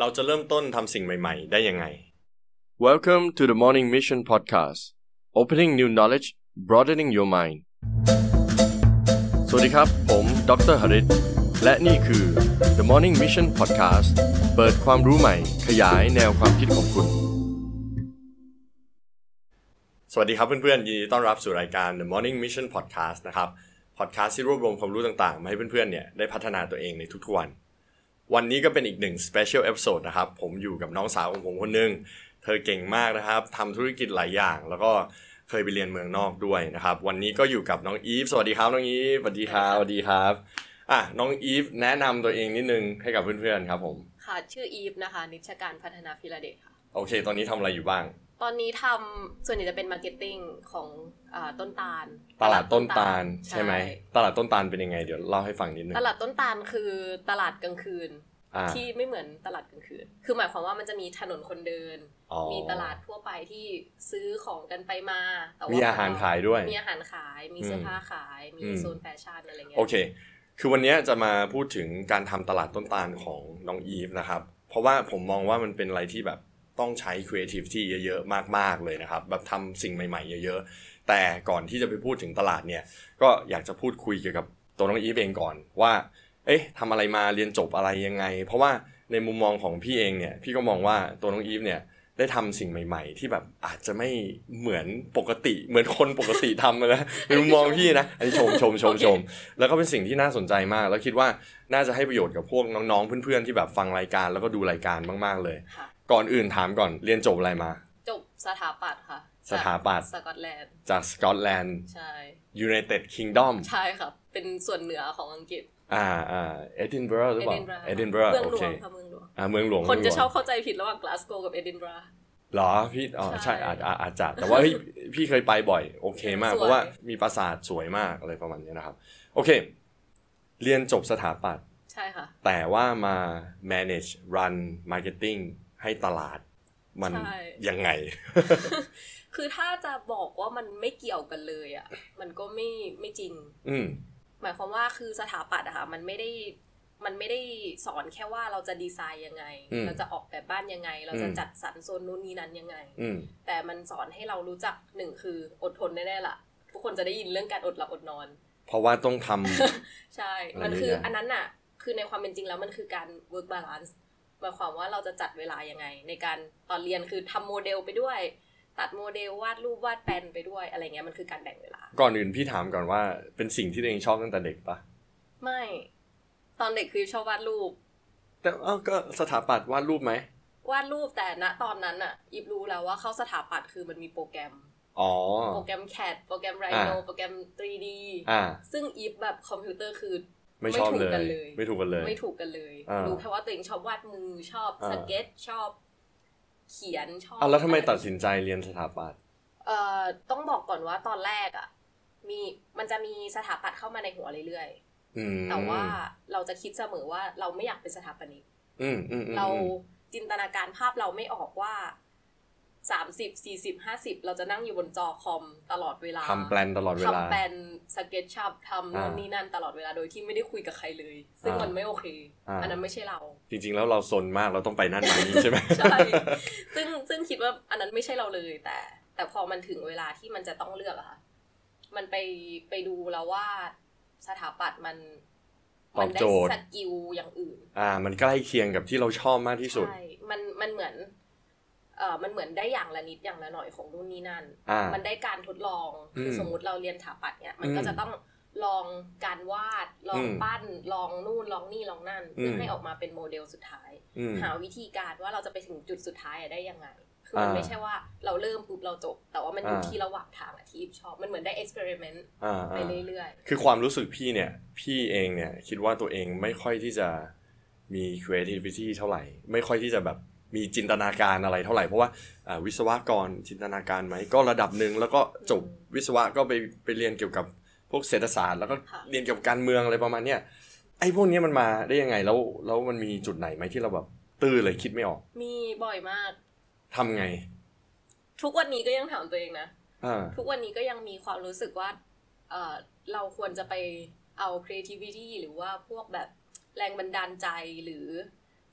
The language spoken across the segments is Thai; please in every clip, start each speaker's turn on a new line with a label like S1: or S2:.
S1: เราจะเริ่มต้นทำสิ่งใหม่ๆได้ยังไง
S2: Welcome to the Morning Mission Podcast. Opening new knowledge, broadening your mind. สวัสดีครับผมดร.หริตและนี่คือ The Morning Mission Podcast เปิดความรู้ใหม่ขยายแนวความคิดของคุณ
S1: สวัสดีครับเพื่อนๆยินดีต้อนรับสู่รายการ The Morning Mission Podcast นะครับ Podcast ที่รวบรวมความรู้ต่างๆมาให้เพื่อนๆเนี่ยได้พัฒนาตัวเองในทุกๆวันนี้ก็เป็นอีกหนึ่ง Special Episode นะครับผมอยู่กับน้องสาวของผมคนนึงเธอเก่งมากนะครับทำธุรกิจหลายอย่างแล้วก็เคยไปเรียนเมืองนอกด้วยนะครับวันนี้ก็อยู่กับน้องอีฟสวัสดีครับน้องอีฟสวัสดีครับสวัสดีครับน้องอีฟแนะนำตัวเองนิดนึงให้กับเพื่อนๆครับผม
S3: ค่ะชื่ออีฟนะคะนิชการพัฒนาพิระเดชค่ะ
S1: โอเคตอนนี้ทำอะไรอยู่บ้าง
S3: ตอนนี้ทำส่วนใหญ่จะเป็นมาร์เก็ตติ้งของต้นตาล
S1: ตลาดต้นตาลใช่ไหมตลาดต้นตาลเป็นยังไงเดี๋ยวเล่าให้ฟังนิดนึง
S3: ตลาดต้นตาลคือตลาดกลางคืนที่ไม่เหมือนตลาดกลางคืนคือหมายความว่ามันจะมีถนนคนเดินมีตลาดทั่วไปที่ซื้อของกันไปมาแต่ว่า
S1: มีอาหารขายด้วย
S3: มีอาหารขายมีเสื้อผ้าขายมีโซนแฟชั่นอะไรเงี้ย
S1: โอเคคือวันนี้จะมาพูดถึงการทำตลาดต้นตาลของน้องอีฟนะครับเพราะว่าผมมองว่ามันเป็นอะไรที่แบบต้องใช้ creativity เยอะๆมากๆเลยนะครับแบบทำสิ่งใหม่ๆเยอะๆแต่ก่อนที่จะไปพูดถึงตลาดเนี่ยก็อยากจะพูดคุยเกี่ยวกับตัวน้องอีฟเองก่อนว่าทำอะไรมาเรียนจบอะไรยังไงเพราะว่าในมุมมองของพี่เองเนี่ยพี่ก็มองว่าตัวน้องอีฟเนี่ยได้ทำสิ่งใหม่ๆที่แบบอาจจะไม่เหมือนปกติเหมือนคนปกติทำนะในมุมมองพี่นะอันนี้ชมแล้วก็เป็นสิ่งที่น่าสนใจมากแล้วคิดว่าน่าจะให้ประโยชน์กับพวกน้องๆเพื่อนๆที่แบบฟังรายการแล้วก็ดูรายการมากๆเลยก่อนอื่นถามก่อนเรียนจบอะไรมา
S3: จบสถาปัตย์ค่ะ
S1: สถาปัตย์
S3: สกอตแลนด์
S1: จากสกอตแลนด์
S3: ใช่
S1: United Kingdom
S3: ใช่ค่ะเป็นส่วนเหนือของอังกฤษ
S1: เอดินบะระหรือเปล่าเอดินบะระโอเค
S3: เมืองหลวง
S1: เมืองหลวง
S3: คนจะชอบเข้าใจผิดระหว่างกลาสโกว์กับเอดินบะระ
S1: หรอพี่ใช่อาจจะแต่ว่าพี่เคยไปบ่อยโอเคมากเพราะว่ามีปราสาทสวยมากอะไรประมาณนี้นะครับโอเคเรียนจบสถาปัตย์
S3: ใช่ค่ะ
S1: แต่ว่ามา manage run marketing ให้ตลาดมันยังไง
S3: คือถ้าจะบอกว่ามันไม่เกี่ยวกันเลยอ่ะมันก็ไม่จริงหมายความว่าคือสถาปัตย์อะค่ะมันไม่ได้สอนแค่ว่าเราจะดีไซน์ยังไงเราจะออกแบบบ้านยังไงเราจะจัดสรรโซนนู้นนี้นั้นยังไงแต่มันสอนให้เรารู้จักหนึ่งคืออดทนแน่ๆล่ะทุกคนจะได้ยินเรื่องการอดหลับอดนอน
S1: เพราะว่าต้องท
S3: ำ ใช่มันคืออันนั้นอะคือในความเป็นจริงแล้วมันคือการ work balance หมายความว่าเราจะจัดเวลายังไงในการตอนเรียนคือทำโมเดลไปด้วยตัดโมเดลวาดรูปวาดแปลนไปด้วยอะไรเงี้ยมันคือการแบ่งเวลา
S1: ก่อนอื่นพี่ถามก่อนว่าเป็นสิ่งที่ตัวเองชอบตั้งแต่เด็กปะ
S3: ไม่ตอนเด็กคือชอบวาดรูป
S1: แต่ก็สถาปัตย์วาดรูปไหม
S3: วาดรูปแต่ณตอนนั้นอ่ะอีฟรู้แล้วว่าเข้าสถาปัตย์คือมันมีโปรแกรมโปรแกรม CAD โปรแกรม Rhino โปรแกรม 3D ซึ่งอีฟแบบคอมพิวเตอร์คือ
S1: ไม่ถูกกันเลยไม่ถูกกัน
S3: เลยรู้แค่ว่าตัวเองชอบวาดมือชอบสเก็ตชอบเขียนชอบ
S1: แล้วทำไมตัดสินใจเรียนสถาปัตย์
S3: ต้องบอกก่อนว่าตอนแรกอ่ะมันจะมีสถาปัตย์เข้ามาในหัวเรื่อยๆแต่ว่าเราจะคิดเสมอว่าเราไม่อยากเป็นสถาปนิกเราจินตนาการภาพเราไม่ออกว่า30 40 50เราจะนั่งอยู่บนจอคอมตลอดเวลา
S1: ทำแปลนตลอดเวลา
S3: ทำแปลนสเก็ตชัพทำโน่นนี่นั่นตลอดเวลาโดยที่ไม่ได้คุยกับใครเลยซึ่งมันไม่โอเคอันนั้นไม่ใช่เรา
S1: จริงๆแล้วเราซนมากเราต้องไปนั่นมานี่ใช่ไหม
S3: ใช่ซึ่งคิดว่าอันนั้นไม่ใช่เราเลยแต่พอมันถึงเวลาที่มันจะต้องเลือกอะค่ะมันไปดูแล้วว่าสถาปัตย์มันได้สกิลอย่างอื่น
S1: มันใกล้เคียงกับที่เราชอบมากที่สุด
S3: ใช่มันเหมือนมันเหมือนได้อย่างละนิดอย่างละหน่อยของนู่นนี่นั่นมันได้การทดลองคือสมมุติเราเรียนสถาปัตย์เนี่ยมันก็จะต้องลองการวาดลองปั้นลองนู่นลองนี่ลองนั่นเพื่อให้ออกมาเป็นโมเดลสุดท้ายหาวิธีการว่าเราจะไปถึงจุดสุดท้ายได้ยังไงคือมันไม่ใช่ว่าเราเริ่มปุ๊บเราจบแต่ว่ามันอยู่ที่ระหว่างทางที่ชอบมันเหมือนได้ experiment ไปเรื่อย
S1: ๆคือความรู้สึกพี่เนี่ยพี่เองเนี่ยคิดว่าตัวเองไม่ค่อยที่จะมี creativity เท่าไหร่ไม่ค่อยที่จะแบบมีจินตนาการอะไรเท่าไหร่เพราะว่าวิศวกรจินตนาการไหมก็ระดับนึงแล้วก็จบวิศวะก็ไปเรียนเกี่ยวกับพวกเศรษฐศาสตร์แล้วก็เรียนเกี่ยวกับการเมืองอะไรประมาณเนี้ยไอ้พวกนี้มันมาได้ยังไงแล้วมันมีจุดไหนไหมที่เราแบบตื้อเลยคิดไม่ออก
S3: มีบ่อยมาก
S1: ทำไง
S3: ทุกวันนี้ก็ยังถามตัวเองนะทุกวันนี้ก็ยังมีความรู้สึกว่าเราควรจะไปเอา creativity หรือว่าพวกแบบแรงบันดาลใจหรือ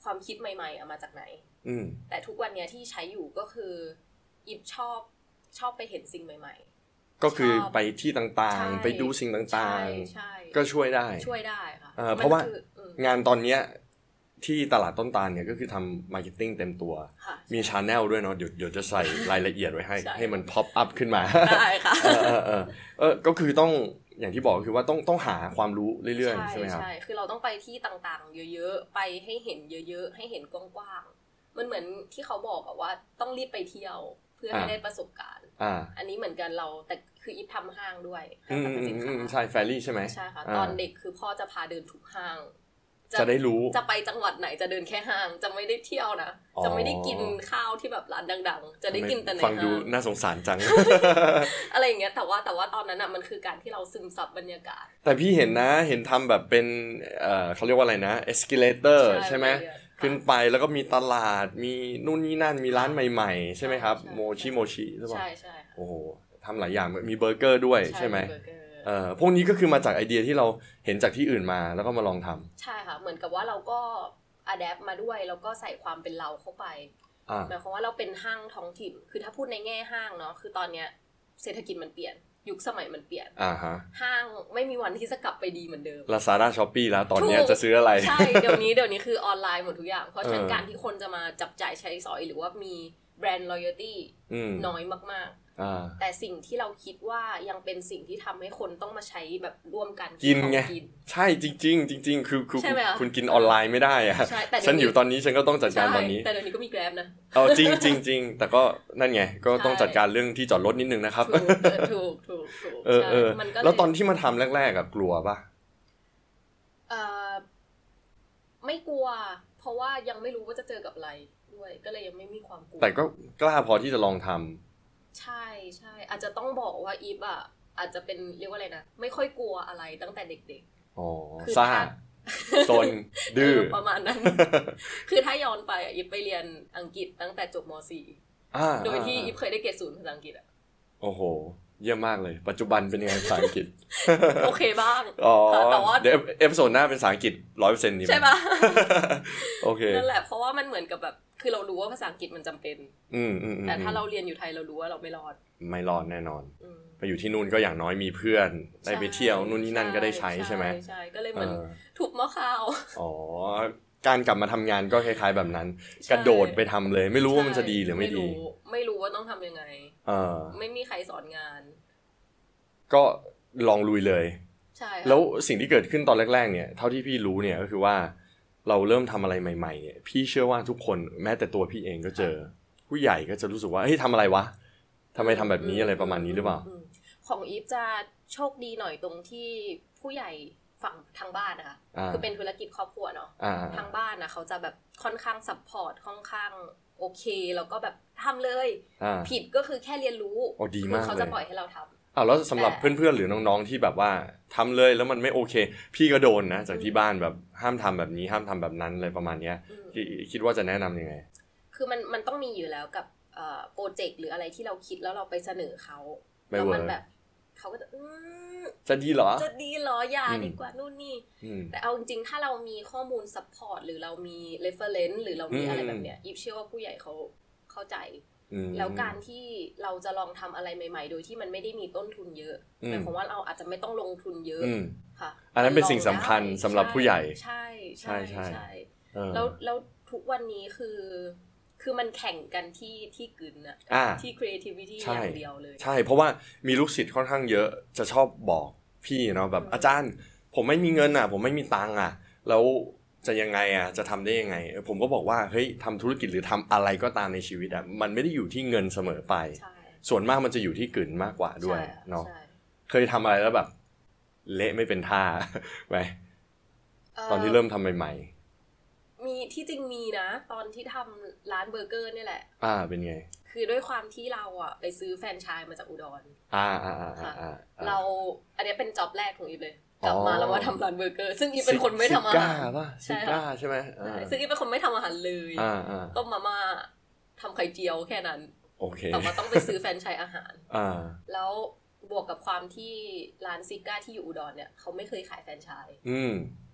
S3: ความคิดใหม่ๆมาจากไหนแต่ทุกวันนี้ที่ใช้อยู่ก็คืออีฟชอบไปเห็นสิ่งใหม่ๆ
S1: ก็คือไปที่ต่างๆไปดูสิ่งต่างๆก็ช่วยได้
S3: ค่ะ
S1: เพราะว่างานตอนเนี้ยที่ตลาดต้นตาลเนี่ยก็คือทำมาร์เก็ตติ้งเต็มตัวมีชาแนลด้วยเนาะเดี๋ยวจะใส่รายละเอียดไว้ให้มันพ็อปอัพขึ้นมา
S3: ได้ค่ะ
S1: ก็คือต้องอย่างที่บอกคือว่าต้องหาความรู้เรื่อยๆใช่ไหมครับ
S3: ใช่คือเราต้องไปที่ต่างๆเยอะๆไปให้เห็นเยอะๆให้เห็นกว้างๆมันเหมือนที่เขาบอกอะว่าต้องรีบไปเที่ยวเพื่อให้ได้ประสบการณ์อันนี้เหมือนกันเราแต่คืออีฟทำห้างด้วยห้างสรรพสินค้า
S1: ใช่แฟรี่ใช่ไหม
S3: ใช่ค่ะตอนเด็กคือพ่อจะพาเดินทุกห้าง
S1: จะได้รู้
S3: จะไปจังหวัดไหนจะเดินแค่ห้างจะไม่ได้เที่ยวนะจะไม่ได้กินข้าวที่แบบร้านดังๆจะได้กินแต่ในห้าง
S1: ฟังดูน่าสงสารจัง
S3: อะไรอย่างเงี้ยแต่ว่าตอนนั้นอ่ะมันคือการที่เราซึมซับบรรยากาศ
S1: แต่พี่เห็นทำแบบเป็นเขาเรียกว่าอะไรนะเอสคาเลเตอร์ใช่ไหมขึ้นไปแล้วก็มีตลาดมีนู่นนี่นั่นมีร้านใหม่ๆใช่ไหมครับโมชิใช่ป่ะ
S3: ใช่
S1: โอ้โหทำหลายอย่างมีเบอร์เกอร์ด้วยใช่ไหมพวกนี้ก็คือมาจากไอเดียที่เราเห็นจากที่อื่นมาแล้วก็มาลองทำ
S3: ใช่ค่ะเหมือนกับว่าเราก็อะแดปมาด้วยแล้วก็ใส่ความเป็นเราเข้าไปหมายความว่าเราเป็นห้างท้องถิ่นคือถ้าพูดในแง่ห้างเนาะคือตอนเนี้ยเศรษฐกิจมันเปลี่ยนยุคสมัยมันเปลี่ยนห้างไม่มีวันที่จะกลับไปดีเหมือนเดิม
S1: Lazada Shopee แล้วตอนนี้จะซื้ออะไร
S3: ใช่เดี๋ยวนี้คือออนไลน์หมดทุกอย่างเพราะฉะนั้นการที่คนจะมาจับจ่ายใช้สอยหรือว่ามีแบรนด์ loyalty น้อยมากๆแต่สิ่งที่เราคิดว่ายังเป็นสิ่งที่ทำให้คนต้องมาใช้แบบร่วมกัน
S1: กินไงใช่จริงๆคือคุณกินออนไลน์ไม่ได้อะฉันอยู่ตอนนี้ฉันก็ต้องจัดการตอนนี้
S3: แต่เดี๋ยวนี้ก็มี Grab นะ
S1: จริงแต่ก็นั่นไงก็ต้องจัดการเรื่องที่จอดรถนิดนึงนะครับ
S3: ถูก
S1: แล้วตอนที่มาทำแรกๆกลัวป่ะ
S3: ไม่กลัวเพราะว่ายังไม่รู้ว่าจะเจอกับอะไรด้วยก็เลยยังไม่มีความกลัว
S1: แต่ก็กล้าพอที่จะลองทำ
S3: ใช่อาจจะต้องบอกว่าอีฟอ่ะอาจจะเป็นเรียกว่าอะไรนะไม่ค่อยกลัวอะไรตั้งแต่เด็ก
S1: ๆซ่าซนดื้อ
S3: ประมาณนั้นคือถ้าย้อนไปอีฟไปเรียนอังกฤษตั้งแต่จบม.4 โดยที่อีฟเคยได้เกรด 0ภาษาอังกฤษ
S1: โอ้โหเยี่ยมมากเลยปัจจุบันเป็นยังไงภาษาอังกฤษ
S3: โอเคบ้าง
S1: แต่ว่าเดี๋ยวเอพิโซดหน้าเป็นภาษาอังกฤษ 100% นี่
S3: ใช่ป่ะ
S1: โอเค
S3: นั่นแหละเพราะว่ามันเหมือนกับแบบคือเรารู้ว่าภาษาอังกฤษมันจำเป็นแต่ถ้าเราเรียนอยู่ไทยเรารู้ว่าเราไม่รอด
S1: แน่นอนไปอยู่ที่นู่นก็อย่างน้อยมีเพื่อนได้ไปเที่ยวนู่นนี่นั่นก็ได้ใช้ใช่ไหม
S3: ใช่ก็เลยเหมือนถูกมะขาว
S1: การกลับมาทำงานก็คล้ายๆแบบนั้นกระโดดไปทำเลยไม่รู้ว่ามันจะดีหรือไม่ดี
S3: ไม่รู้ว่าต้องทำยังไงไม่มีใครสอนงาน
S1: ก็ลองลุยเลย
S3: ใช่
S1: แล้วสิ่งที่เกิดขึ้นตอนแรกๆเนี่ยเท่าที่พี่รู้เนี่ยก็คือว่าเราเริ่มทำอะไรใหม่ๆเนี่ยพี่เชื่อว่าทุกคนแม้แต่ตัวพี่เองก็เจอผู้ใหญ่ก็จะรู้สึกว่าเฮ้ยทำอะไรวะทำไมทำแบบนี้อะไรประมาณนี้หรือเปล่า
S3: ของอีฟจะโชคดีหน่อยตรงที่ผู้ใหญ่ฝั่งทางบ้านนะคะคือเป็นธุรกิจครอบครัวเนาะทางบ้านนะเขาจะแบบค่อนข้างซัพพอร์ตค่อนข้างโอเคแล้วก็แบบทำเลยผิดก็คือแค่เรียนรู้คือเขาจะปล่อยให้เราทำ
S1: แล้วสำหรับเพื่อนๆหรือน้องๆที่แบบว่าทำเลยแล้วมันไม่โอเคพี่ก็โดนนะจากที่บ้านแบบห้ามทำแบบนี้ห้ามทำแบบนั้นอะไรประมาณนี้คิดว่าจะแนะนำยังไง
S3: คือมันต้องมีอยู่แล้วกับโปรเจกต์หรืออะไรที่เราคิดแล้วเราไปเสนอเขาแล้วมันแบบเขาก็
S1: จะดีเหรอ
S3: อย่าดีกว่านู่นนี่แต่เอาจริงๆถ้าเรามีข้อมูลซัพพอร์ตหรือเรามี reference หรือเรามีอะไรแบบเนี้ยอีฟเชื่อว่าผู้ใหญ่เขาเข้าใจแล้วการที่เราจะลองทำอะไรใหม่ๆโดยที่มันไม่ได้มีต้นทุนเยอะหมายความว่าเราอาจจะไม่ต้องลงทุนเยอะค่ะ
S1: อันนั้นเป็นสิ่งสำคัญสำหรับผู้ใหญ่
S3: ใช่แล้วทุกวันนี้คือมันแข่งกันที่กึนอะที่ creativity อย่างเดียวเลย
S1: ใช่เพราะว่ามีลูกศิษย์ค่อนข้างเยอะจะชอบบอกพี่เนาะแบบอาจารย์ผมไม่มีเงินผมไม่มีตังค์แล้วจะยังไงจะทำได้ยังไงผมก็บอกว่าเฮ้ยทำธุรกิจหรือทำอะไรก็ตามในชีวิตมันไม่ได้อยู่ที่เงินเสมอไปส่วนมากมันจะอยู่ที่กึนมากกว่าด้วยเนาะเคยทำอะไรแล้วแบบเละไม่เป็นท่าไหมตอนที่เริ่มทำใหม่ๆ
S3: มีที่จริงมีนะตอนที่ทำร้านเบอร์เกอร์นี่แหละ
S1: เป็นไง
S3: คือด้วยความที่เราไปซื้อแฟรนไชส์มาจากอุดรเราอันนี้เป็นจ็อบแรกของอีฟเลยกลับมาแล้วว่าทำร้านเบอร์เกอร์ซึ่งอีฟเป็นคนไม่ทำอาหาร
S1: ใช่ไหม
S3: ซึ่งอีฟเป็นคนไม่ทำอาหารเลยต้มมาม่าทำไข่เจียวแค่นั้นแต่ว่าต้องไปซื้อแฟรนไชส์อาหารแล้วบวกกับความที่ร้านซิก้าที่อยู่อุดรเนี่ยเขาไม่เคยขายแฟรนไชส์
S1: ก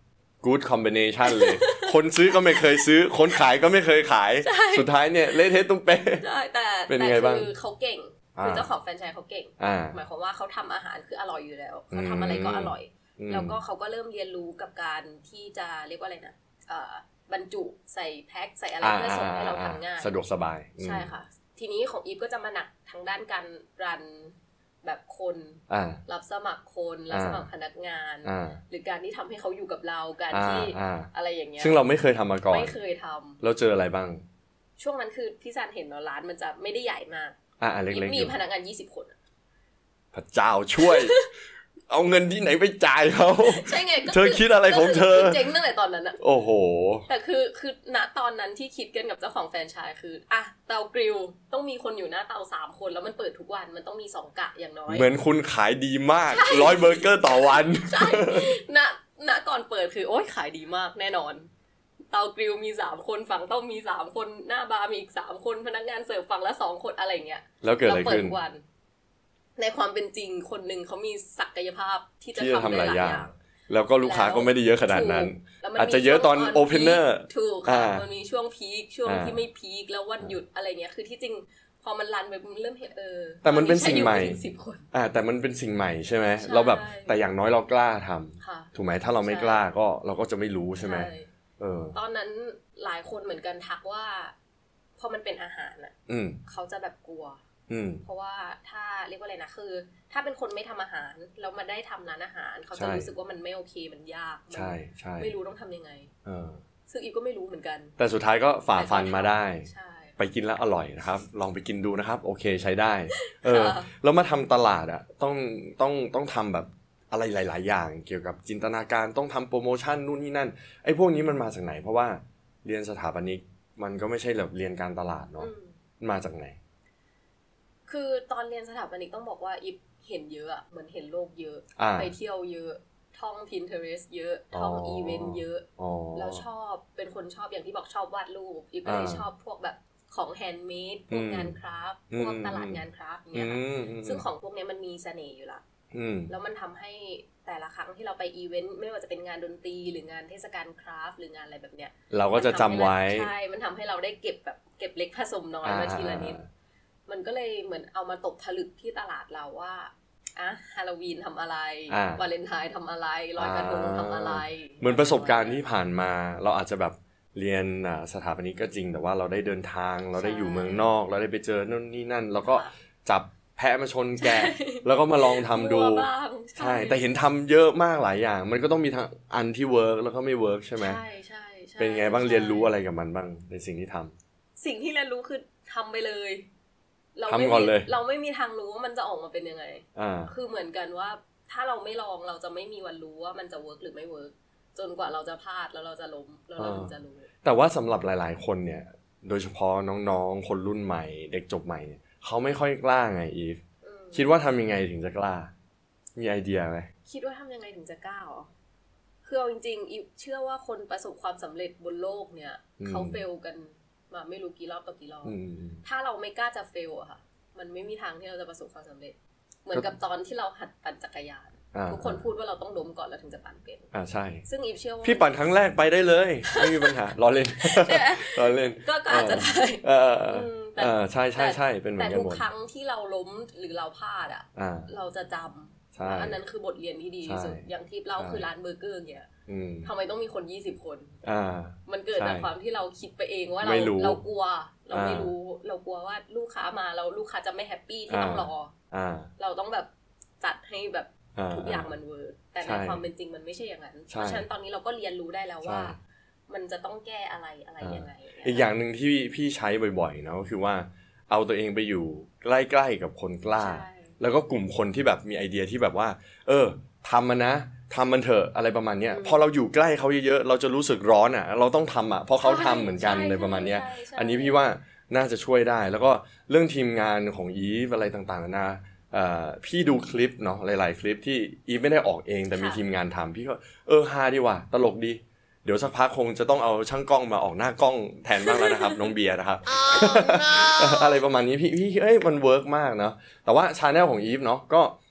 S1: good combination เลย คนซื้อก็ไม่เคยซื้อคนขายก็ไม่เคยขายสุดท้ายเนี่ยเละเทะตุ้มเป๊ะ
S3: ใช่แต่คือเขาเก่งคือเจ้าของแฟรนไชส์เขาเก่งหมายความว่าเขาทำอาหารคืออร่อยอยู่แล้วเขาทำอะไรก็อร่อยแล้วก็เขาก็เริ่มเรียนรู้กับการที่จะเรียกว่าอะไรนะบรรจุใส่แพ็คใส่อะไรเพื่อส่งให้เราทำง่าย
S1: สะดวกสบาย
S3: ใช่ค่ะทีนี้ของอีฟก็จะมาหนักทางด้านการรันแบบคนรับสมัครคนรับสมัครพนักงานหรือการที่ทำให้เขาอยู่กับเราการที่อะไรอย่างเงี้ย
S1: ซึ่งเราไม่เคยทำมาก่อน
S3: ไม่เคยทำ
S1: เราเจออะไรบ้าง
S3: ช่วงนั้นคือพี่ซันเห็นเนาะร้านมันจะไม่ได้ใหญ่มาก
S1: เล็ก
S3: ๆมีพนักงาน20คน
S1: พระเจ้าช่วย เอาเงินที่ไหนไปจ่ายเขา
S3: ใช่ไง
S1: เธอคิดอะไรของเธอ
S3: เจ๊งตั้งแต่ตอนนั้นอะ
S1: โอ้โห
S3: แต่คือณตอนนั้นที่คิดกันกับเจ้าของแฟรนไชส์คือเตากริลต้องมีคนอยู่หน้าเตา3คนแล้วมันเปิดทุกวันมันต้องมี2กะอย่างน้อย
S1: เหมือนคุณขายดีมาก100เบอร์เกอร์ต่อวัน
S3: ใช่ณก่อนเปิดคือโอ๊ยขายดีมากแน่นอนเตากริลมี3คนฝั่งต้องมี3คนหน้าบาร์มีอีก3คนพนักงานเสิร์ฟฝั่งละ2คนอะไรเงี้ย
S1: แล้วเกิดอะไรขึ้น
S3: ในความเป็นจริงคนหนึ่งเขามีศักยภาพที่จะทำหลายอย่าง
S1: แล้วก็ลูกค้าก็ไม่ได้เยอะขนาดนั้นอาจจะเยอะตอนโอเพนเนอร์
S3: ถูกค่ะมันมีช่วงพีคช่วงที่ไม่พีคแล้ววันหยุดอะไรเงี้ยคือที่จริงพอมันรันไปมันเริ่มเห็น
S1: แต่มันเป็นสิ่งใหม่แต่มันเป็นสิ่งใหม่ใช่ไหมเราแบบแต่อย่างน้อยเรากล้าทำถูกไหมถ้าเราไม่กล้าก็เราก็จะไม่รู้ใช่ไหม
S3: ตอนนั้นหลายคนเหมือนกันทักว่าพอมันเป็นอาหารอ่ะเขาจะแบบกลัวเพราะว่าถ้าเรียกว่าอะไรนะคือถ้าเป็นคนไม่ทำอาหารแล้วมาได้ทำร้านอาหารเขาจะรู้สึกว่ามันไม่โอเคมันยาก
S1: ใช่
S3: ไม่รู้ต้องทำยังไงซึ่งอีกก็ไม่รู้เหมือนกัน
S1: แต่สุดท้ายก็ฝ่าฟันมาได้ไปกินแล้วอร่อยนะครับลองไปกินดูนะครับโอเคใช้ได้แล้วมาทำตลาดอ่ะต้องทำแบบอะไรหลายๆอย่างเกี่ยวกับจินตนาการต้องทำโปรโมชั่นนู่นนี่นั่นไอ้พวกนี้มันมาจากไหนเพราะว่าเรียนสถาปนิกมันก็ไม่ใช่แบบเรียนการตลาดเนาะมาจากไหน
S3: คือตอนเรียนสถาปนิกต้องบอกว่าอีฟเห็นเยอะเหมือนเห็นโลกเยอะไปเที่ยวเยอะท่อง Pinterest เยอะท่องอีเวนต์เยอะแล้วชอบเป็นคนชอบอย่างที่บอกชอบวาดรูปอีฟก็เลยชอบพวกแบบของแฮนด์เมดพวกงานคราฟต์พวกตลาดงานคราฟต์เงี้ยซึ่งของพวกนี้มันมีเสน่ห์อยู่ละแล้วมันทำให้แต่ละครั้งที่เราไปอีเวนต์ไม่ว่าจะเป็นงานดนตรีหรืองานเทศกาลคราฟต์หรืองานอะไรแบบเนี้ย
S1: เราก็จะจำไว้
S3: ใช่มันทำให้เราได้เก็บเล็กผสมน้อยมาทีละนิดมันก็เลยเหมือนเอามาตกผลึกที่ตลาดเราว่าฮาโลวีนทำอะไรวาเลนไทน์ทำอะไรลอยกระทงทำอะไร
S1: เหมือนประสบการณ์ที่ผ่านมาเราอาจจะแบบเรียนสถาปนิกก็จริงแต่ว่าเราได้เดินทางเราได้อยู่เมืองนอกเราได้ไปเจอนู่นนี่นั่นแล้วก็จับแพะมาชนแกะแล้วก็มาลองทำดูใช่แต่เห็นทำเยอะมากหลายอย่างมันก็ต้องมีทั้งอันที่เวิร์กแล้วก็ไม่เวิร์กใช่ไหม
S3: ใช่
S1: เป็นไงบ้างเรียนรู้อะไรกับมันบ้างในสิ่งที่ท
S3: ำสิ่งที่เรียนรู้คือทำไปเลย
S1: ทำก่อนเลย
S3: เราไม่มีทางรู้ว่ามันจะออกมาเป็นยังไงคือเหมือนกันว่าถ้าเราไม่ลองเราจะไม่มีวันรู้ว่ามันจะเวิร์กหรือไม่เวิร์กจนกว่าเราจะพลาดแล้วเราจะล้มแล้วเราถึงจะรู้
S1: แต่ว่าสำหรับหลายๆคนเนี่ยโดยเฉพาะน้องๆคนรุ่นใหม่เด็กจบใหม่เนี่ยเขาไม่ค่อยกล้าไงอีฟคิดว่าทำยังไงถึงจะกล้ามีไอเดียไหม
S3: คิดว่าทำยังไงถึงจะกล้าคือเอาจริงๆอีฟเชื่อว่าคนประสบความสำเร็จบนโลกเนี่ยเขาเฟลกันมาไม่รู้กี่รอบต่อกี่รอบถ้าเราไม่กล้าจะเฟลอะค่ะมันไม่มีทางที่เราจะประสบความสำเร็จเหมือนกับตอนที่เราหัดปั่นจักรยานทุกคนพูดว่าเราต้องล้มก่อนแล้วถึงจะปั่นเป็น
S1: ใช่
S3: ซึ่งอีฟเชื่อว่า
S1: พี่ปั่นครั้งแรกไปได้เลยไม่มีปัญหาล้อเล่นล้อเล่น
S3: ก็อาจจะได้
S1: ใช่ใช่ใช่เป็นเหมือน
S3: กันหมดแต่ทุกครั้งที่เราล้มหรือเราพลาดเราจะจำอันนั้นคือบทเรียนที่ดีที่สุดอย่างที่เราคือร้านเบอร์เกอร์เนี่ยทำไมต้องมีคน20คนมันเกิดจากความที่เราคิดไปเองว่าเรากลัวเราไม่รู้เรากลัวว่าลูกค้ามาแล้วลูกค้าจะไม่แฮปปี้ที่ต้องรอเราต้องแบบจัดให้แบบทุกอย่างมันเวิร์กแต่ในความเป็นจริงมันไม่ใใช่อย่างนั้นเพราะฉะนั้นตอนนี้เราก็เรียนรู้ได้แล้วว่ามันจะต้องแก้อะไรยังไง
S1: อีกอย่างนึงที่พี่ใช้บ่อยๆนะก็คือว่าเอาตัวเองไปอยู่ใกล้ๆกับคนกล้าแล้วก็กลุ่มคนที่แบบมีไอเดียที่แบบว่าทำมันนะทำมันเถอะอะไรประมาณนี้พอเราอยู่ใกล้เขาเยอะๆเราจะรู้สึกร้อนเราต้องทำเพราะเขาทำเหมือนกันเลยประมาณนี้อันนี้พี่ว่าน่าจะช่วยได้แล้วก็เรื่องทีมงานของอีฟอะไรต่างๆนะพี่ดูคลิปเนาะหลายๆคลิปที่อีฟไม่ได้ออกเองแต่มีทีมงานทำพี่ก็ฮาดีว่ะตลกดีเดี๋ยวสักพักคงจะต้องเอาช่างกล้องมาออกหน้ากล้องแทนบ้างแล้วนะครับ น้องเบียร์นะครับ อะไรประมาณนี้พี่มันเวิร์กมากเนาะแต่ว่าชาแนลของอีฟเนาะก็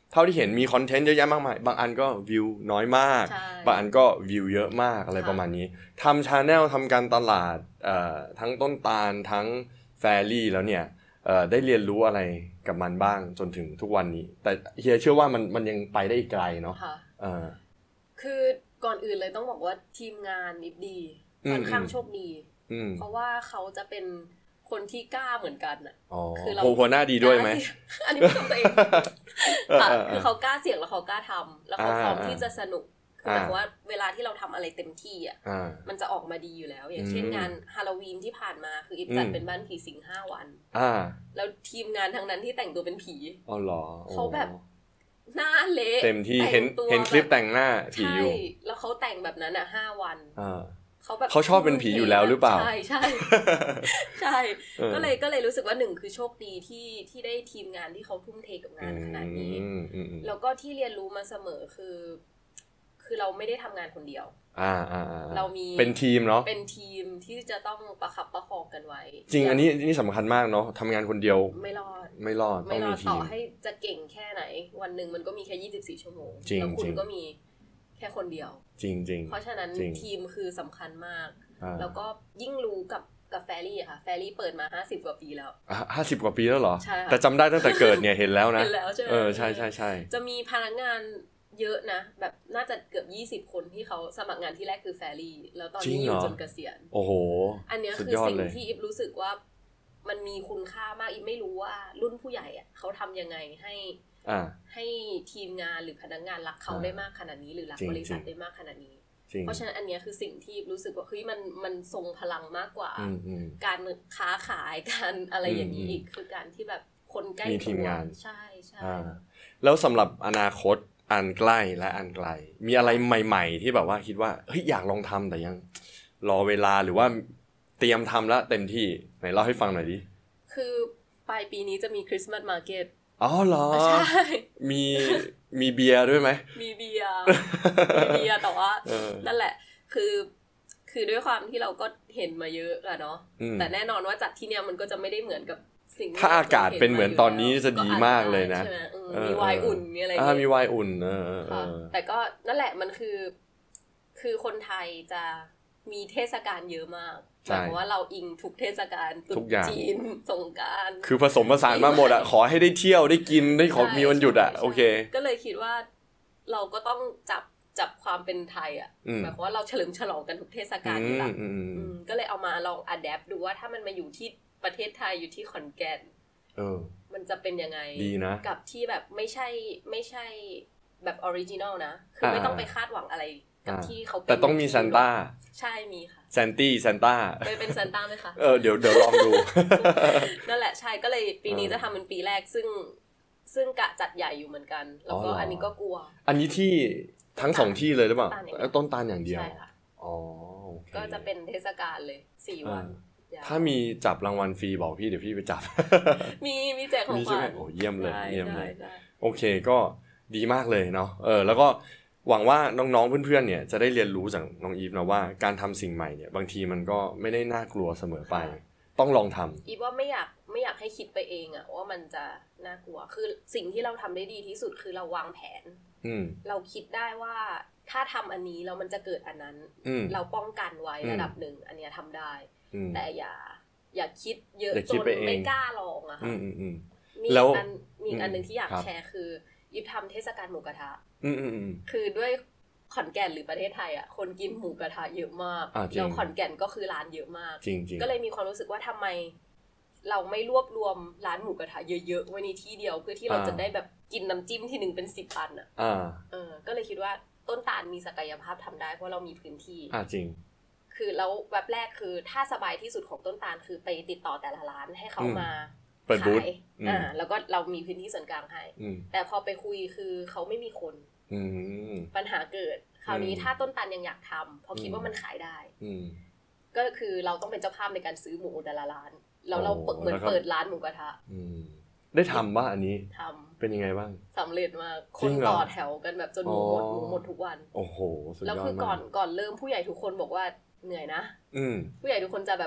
S1: เท่าที่เห็นมีคอนเทนต์เยอะแยะมากมายบางอันก็วิวน้อยมากบางอันก็วิวเยอะมากอะไรประมาณนี้ทำชาแนลทำการตลาดทั้งต้นตาลทั้งแฟรี่แล้วเนี่ยได้เรียนรู้อะไรกับมันบ้างจนถึงทุกวันนี้แต่เฮียเชื่อว่ามันยังไปได้อีกไกลเนาะ
S3: คือก่อนอื่นเลยต้องบอกว่าทีมงานนิดดีค่อนข้างโชคดีเพราะว่าเขาจะเป็นคนที่กล้าเหมือนกันอ่ะ
S1: คือเราหัวหน้าดีด้วยไหม
S3: อันนี้เป็นตัวเองค่ะคือเขากล้าเสี่ยงแล้วเขากล้าทำแล้วเขาพร้อมที่จะสนุกคือหมายว่าเวลาที่เราทำอะไรเต็มที่อ่ะมันจะออกมาดีอยู่แล้วอย่างเช่นงานฮาโลวีนที่ผ่านมาคืออีฟจัดเป็นบ้านผีสิง5 วันแล้วทีมงานทั้งนั้นที่แต่งตัวเป็นผีเขาแบบหน้าเละ
S1: เต็มที่เห็นคลิปแต่งหน้าผีอยู่
S3: แล้วเขาแต่งแบบนั้นอ่ะ5 วัน
S1: เขาชอบเป็นผีอยู่แล้วหรือเปล่า
S3: ใช่ใช่ใช่ก็เลยรู้สึกว่า1คือโชคดีที่ได้ทีมงานที่เขาทุ่มเทกับงานขนาดนี้แล้วก็ที่เรียนรู้มาเสมอคือเราไม่ได้ทำงานคนเดียวเรามี
S1: เป็นทีมเนาะ
S3: เป็นทีมที่จะต้องประคับประคองกันไว้
S1: จริงอันนี้สำคัญมากเนาะทำงานคนเดียว
S3: ไม่รอด
S1: ต้องมีทีม
S3: ต่อให้จะเก่งแค่ไหนวันหนึ่งมันก็มีแค่24 ชั่วโมงแล้วคุณก็มีแค่คนเดียว
S1: จริง
S3: เพราะฉะนั้นทีมคือสำคัญมากแล้วก็ยิ่งรู้กับแฟรี่ค่ะแฟรี่เปิดมา50 กว่าปีแล้ว
S1: 50 กว่าปีแล้วเหรอแต่จำได้ตั้งแต่เกิดเนี่ยเห็นแล้วนะ
S3: เห็นแล้วใช่ไหม
S1: ใช่
S3: จะมีพนักงานเยอะนะแบบน่าจะเกือบ20 คนที่เขาสมัครงานที่แรกคือแฟรี่แล้วตอนนี้อยู่จนเกษียณ
S1: โอ้โห
S3: อันนี้คือสิ่งที่อิฟรู้สึกว่ามันมีคุณค่ามากอิฟไม่รู้ว่ารุ่นผู้ใหญ่อ่ะเขาทำยังไงให้ทีมงานหรือพนักงานรักเขาได้มากขนาดนี้หรือรักบริษัทได้มากขนาดนี้เพราะฉะนั้นอันนี้คือสิ่งที่รู้สึกว่าเฮ้ยมันทรงพลังมากกว่าการค้าขายการอะไรอย่างนี้อีกคือการที่แบบคนใกล้ตัวใช่
S1: แล้วสำหรับอนาคตอันใกล้และอันไกลมีอะไรใหม่ๆที่แบบว่าคิดว่าเฮ้ยอยากลองทำแต่ยังรอเวลาหรือว่าเตรียมทำแล้วเต็มที่ไหนเล่าให้ฟังหน่อยดิ
S3: คือปลายปีนี้จะมีคริสต์มาสมาร์เก็ต
S1: เหรอ
S3: ใช่
S1: มีเบียร์ด้วยไหม
S3: มีเบียร์แต่ว่านั่นแหละคือด้วยความที่เราก็เห็นมาเยอะอะเนาะแต่แน่นอนว่าจัดที่เนี้ยมันก็จะไม่ได้เหมือนกับสิ่ง
S1: ถ้าอากาศเป็นเหมือนตอนนี้จะดีมากเลยนะ
S3: มีไวน์อุ่นมีอะไร
S1: มีไวน์อุ่น
S3: แต่ก็นั่นแหละมันคือคนไทยจะมีเทศกาลเยอะมากหมายความว่าเราอิงทุกเทศกาล
S1: ทุกอย่าง
S3: จีนสงกรานต์
S1: คือผสมผสานมาหมดอ่ะขอให้ได้เที่ยวได้กินได้ขอมีวันหยุดอ่ะโอเค
S3: ก็เลยคิดว่าเราก็ต้องจับความเป็นไทยอ่ะหมายความว่าเราเฉลิมฉลองกันทุกเทศกาลนี่แหละก็เลยเอามาลองอะแดปดูว่าถ้ามันมาอยู่ที่ประเทศไทยอยู่ที่ขอนแก่นมันจะเป็นยังไง
S1: ดีนะ
S3: กับที่แบบไม่ใใช่แบบออริจินอลนะคือไม่ต้องไปคาดหวังอะไรกับที่เขา
S1: แต่ต้องมีซานต้า
S3: ใช่มีค่ะ
S1: ซานต้า
S3: เคยเป็นซานต้าไหมคะ
S1: เดี๋ยวลองดู
S3: นั่นแหละใช่ก็เลยปีนี้จะทำเป็นปีแรกซึ่งกะจัดใหญ่อยู่เหมือนกันแล้วก็อันนี้ก็กลัว
S1: อันนี้ที่ทั้ง2ที่เลยหรือเปล่าต้นตาลอย่างเดียว
S3: ใช่ค่ะก็จะเป็นเทศกาลเลย4 วัน
S1: ถ้ามีจับรางวัลฟรีบอกพี่เดี๋ยวพี่ไปจับ
S3: มีแจกของขวัญ
S1: โอ้เยี่ยมเลยโอเคก็ดีมากเลยเนาะแล้วก็หวังว่าน้องๆเพื่อนๆเนี่ยจะได้เรียนรู้จากน้องอีฟนะว่าการทำสิ่งใหม่เนี่ยบางทีมันก็ไม่ได้น่ากลัวเสมอไปต้องลองทำ
S3: อีฟว่าไม่อยากให้คิดไปเองอะว่ามันจะน่ากลัวคือสิ่งที่เราทำได้ดีที่สุดคือเราวางแผนเราคิดได้ว่าถ้าทำอันนี้แล้วมันจะเกิดอันนั้นเราป้องกันไว้ระดับหนึ่งอันนี้ทำได้แต่อย่าคิดเยอะจนไม่กล้าลองอะค่ะมีอันนึงที่อยากแชร์คืออีฟทำเทศกาลหมูกระทะคือด้วยขอนแก่นหรือประเทศไทยอ่ะคนกินหมูกระทะเยอะมากแล้วขอนแก่นก็คือร้านเยอะมากก็เลยมีความรู้สึกว่าทำไมเราไม่รวบรวมร้านหมูกระทะเยอะๆไว้ในที่เดียวเพื่อที่เราจะได้แบบกินน้ำจิ้มทีนึงเป็น10 อันอ่ะก็เลยคิดว่าต้นตาลมีศักยภาพทำได้เพราะเรามีพื้นที่
S1: จริง
S3: คือแล้วแบบแรกคือถ้าสบายที่สุดของต้นตาลคือไปติดต่อแต่ละร้านให้เขามาขายแล้วก็เรามีพื้นที่ส่วนกลางให้แต่พอไปคุยคือเขาไม่มีคนปัญหาเกิดคราวนี้ถ้าต้นตาลยังอยากทำเพราะคิดว่ามันขายได้ก็คือเราต้องเป็นเจ้าภาพในการซื้อหมูแต่ละร้านแล้วเราเหมือนเปิดร้านหมูกระทะ
S1: ได้ทำว่าอันนี้เป็นยังไงบ้าง
S3: สำเร็จมากคนต่อแถวกันแบบจนหมูหมดทุกวัน
S1: โอ้โห
S3: แล้วคือก่อนเริ่มผู้ใหญ่ทุกคนบอกว่าเหนื่อยนะผู้ใหญ่ทุกคนจะแบบ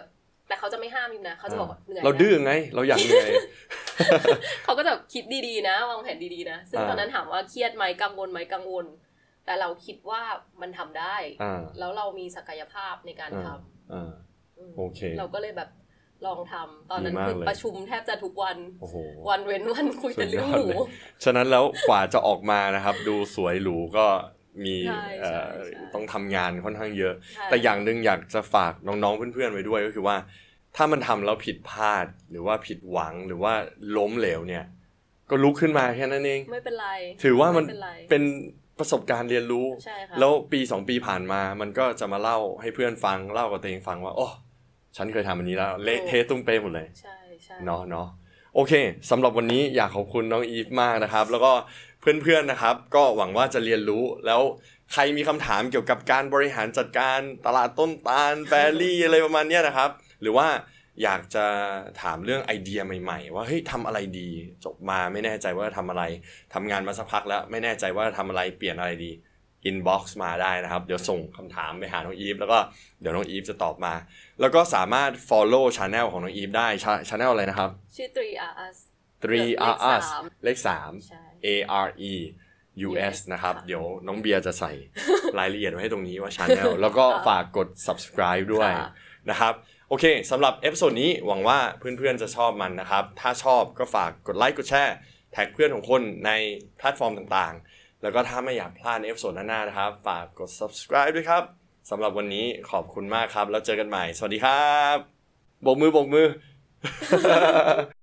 S3: แต่เขาจะไม่ห้ามอยู่นะเขาจะบอกเหนื่อย
S1: เราดื้อไงเราอยากเหนื่อย
S3: เขาก็จะคิดดีๆนะวางแผนดีๆนะซึ่งตอนนั้นถามว่าเครียดไหมกังวลไหมกังวลแต่เราคิดว่ามันทำได้แล้วเรามีศักยภาพในการทำ
S1: โอเค
S3: เราก็เลยแบบลองทำตอนนั้นคือประชุมแทบจะทุกวันวันเว้นวันคุยแต่เรื่องหมู
S1: ฉะนั้นแล้วกว่าจะออกมานะครับดูสวยหรูก็มีต้องทำงานค่อนข้างเยอะแต่อย่างนึงอยากจะฝากน้องๆเพื่อนๆไว้ด้วยก็คือว่าถ้ามันทำแล้วผิดพลาดหรือว่าผิดหวังหรือว่าล้มเหลวเนี่ยก็ลุกขึ้นมาแค่นั้นเอง
S3: ไม่เป็นไร
S1: ถือว่ามันเป็นประสบการณ์เรียนรู้แล้วปี2ปีผ่านมามันก็จะมาเล่าให้เพื่อนฟังเล่ากับตัวเองฟังว่าโอ้ฉันเคยทำอันนี้แล้วเละเทะตุ้มเป๊ะหมดเลย
S3: ใช่
S1: เนาะโอเคสำหรับวันนี้อยากขอบคุณน้องอีฟมากนะครับแล้วก็เพื่อนๆนะครับก็หวังว่าจะเรียนรู้แล้วใครมีคำถามเกี่ยวกับการบริหารจัดการตลาดต้นตาลแฟรี่อะไรประมาณนี้นะครับหรือว่าอยากจะถามเรื่องไอเดียใหม่ๆว่าเฮ้ยทำอะไรดีจบมาไม่แน่ใจว่าทำอะไรทำงานมาสักพักแล้วไม่แน่ใจว่าทำอะไรเปลี่ยนอะไรดีinbox มาได้นะครับเดี๋ยวส่งคำถามไปหาน้องอีฟแล้วก็เดี๋ยวน้องอีฟจะตอบมาแล้วก็สามารถ follow channel ของน้องอีฟได้ channel อะไรนะครับ
S3: ชื่อ
S1: 3RUS เลข3 AREUS นะครับเดี๋ยวน้องเบียร์จะใส่รายละเอียดไว้ให้ตรงนี้ว่า channel แล้วก็ฝากกด subscribe ด้วยนะครับโอเคสำหรับเอพิโซดนี้หวังว่าเพื่อนๆจะชอบมันนะครับถ้าชอบก็ฝากกดไลค์กดแชร์แท็กเพื่อนของคนในแพลตฟอร์มต่างๆแล้วก็ถ้าไม่อยากพลาดเอพิโซดหน้าๆนะครับฝากกด subscribe ด้วยครับสำหรับวันนี้ขอบคุณมากครับแล้วเจอกันใหม่สวัสดีครับโบกมือ